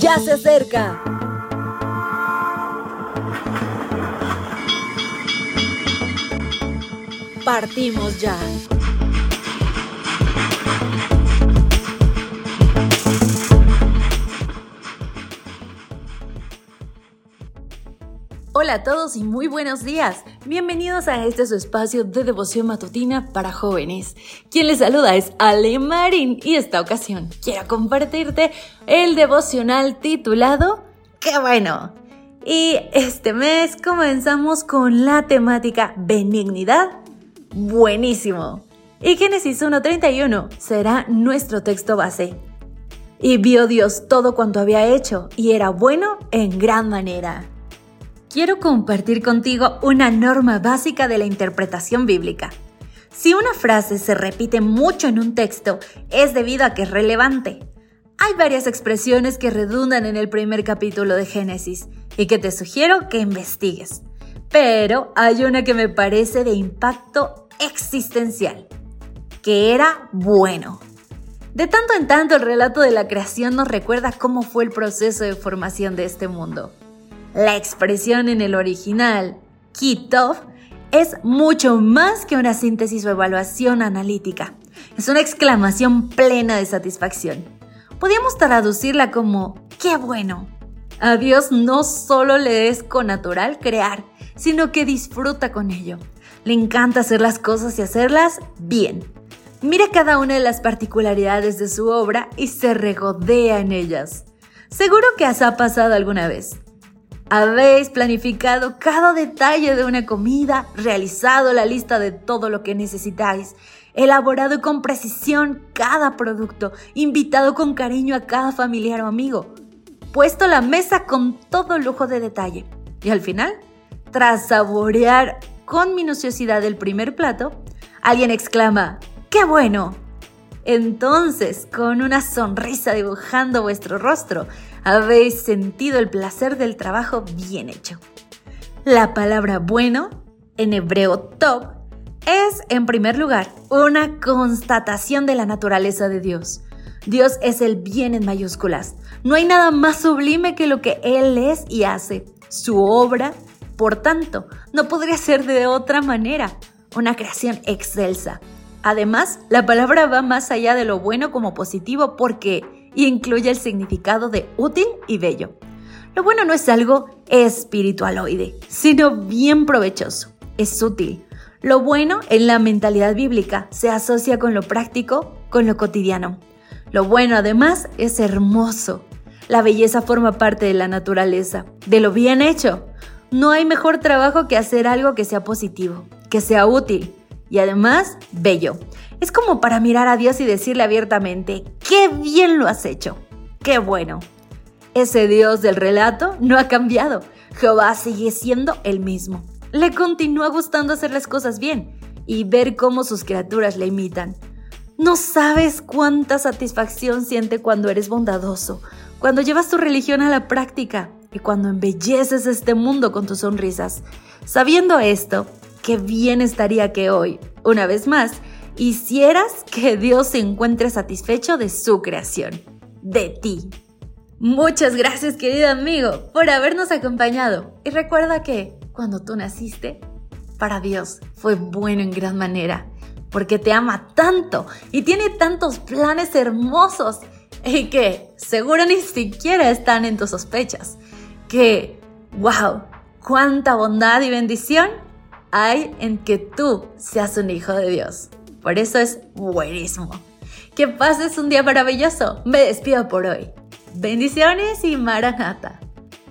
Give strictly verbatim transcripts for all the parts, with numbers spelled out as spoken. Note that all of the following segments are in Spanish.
ya se acerca. Partimos ya. Hola a todos y muy buenos días. Bienvenidos a este su espacio de devoción matutina para jóvenes. Quien les saluda es Ale Marín y esta ocasión quiero compartirte el devocional titulado ¡Qué bueno! Y este mes comenzamos con la temática benignidad. Buenísimo. Y Génesis uno treinta y uno será nuestro texto base. Y vio Dios todo cuanto había hecho y era bueno en gran manera. Quiero compartir contigo una norma básica de la interpretación bíblica. Si una frase se repite mucho en un texto, es debido a que es relevante. Hay varias expresiones que redundan en el primer capítulo de Génesis y que te sugiero que investigues. Pero hay una que me parece de impacto existencial, que era bueno. De tanto en tanto, el relato de la creación nos recuerda cómo fue el proceso de formación de este mundo. La expresión en el original, Ki Tov, es mucho más que una síntesis o evaluación analítica. Es una exclamación plena de satisfacción. Podríamos traducirla como, ¡qué bueno! A Dios no solo le es connatural crear, sino que disfruta con ello. Le encanta hacer las cosas y hacerlas bien. Mira cada una de las particularidades de su obra y se regodea en ellas. Seguro que os ha pasado alguna vez. Habéis planificado cada detalle de una comida, realizado la lista de todo lo que necesitáis, elaborado con precisión cada producto, invitado con cariño a cada familiar o amigo, puesto la mesa con todo lujo de detalle. Y al final, tras saborear con minuciosidad el primer plato, alguien exclama, ¡qué bueno! Entonces, con una sonrisa dibujando vuestro rostro, habéis sentido el placer del trabajo bien hecho. La palabra bueno, en hebreo tov, es, en primer lugar, una constatación de la naturaleza de Dios. Dios es el bien en mayúsculas. No hay nada más sublime que lo que Él es y hace. Su obra, por tanto, no podría ser de otra manera. Una creación excelsa. Además, la palabra va más allá de lo bueno como positivo porque incluye el significado de útil y bello. Lo bueno no es algo espiritualoide, sino bien provechoso. Es útil. Lo bueno en la mentalidad bíblica se asocia con lo práctico, con lo cotidiano. Lo bueno además es hermoso. La belleza forma parte de la naturaleza, de lo bien hecho. No hay mejor trabajo que hacer algo que sea positivo, que sea útil. Y además, bello. Es como para mirar a Dios y decirle abiertamente, ¡qué bien lo has hecho! ¡Qué bueno! Ese Dios del relato no ha cambiado. Jehová sigue siendo el mismo. Le continúa gustando hacer las cosas bien y ver cómo sus criaturas le imitan. No sabes cuánta satisfacción siente cuando eres bondadoso, cuando llevas tu religión a la práctica y cuando embelleces este mundo con tus sonrisas. Sabiendo esto, qué bien estaría que hoy, una vez más, hicieras que Dios se encuentre satisfecho de su creación, de ti. Muchas gracias, querido amigo, por habernos acompañado. Y recuerda que, cuando tú naciste, para Dios fue bueno en gran manera, porque te ama tanto y tiene tantos planes hermosos y que seguro ni siquiera están en tus sospechas. Que, wow, cuánta bondad y bendición hay en que tú seas un hijo de Dios. Por eso es buenísimo. Que pases un día maravilloso. Me despido por hoy. Bendiciones y Maranata.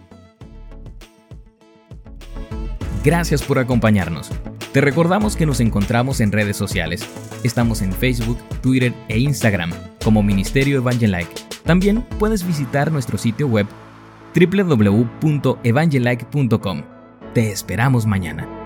Gracias por acompañarnos. Te recordamos que nos encontramos en redes sociales. Estamos en Facebook, Twitter e Instagram como Ministerio Evangelike. También puedes visitar nuestro sitio web doble u doble u doble u punto evangelike punto com. Te esperamos mañana.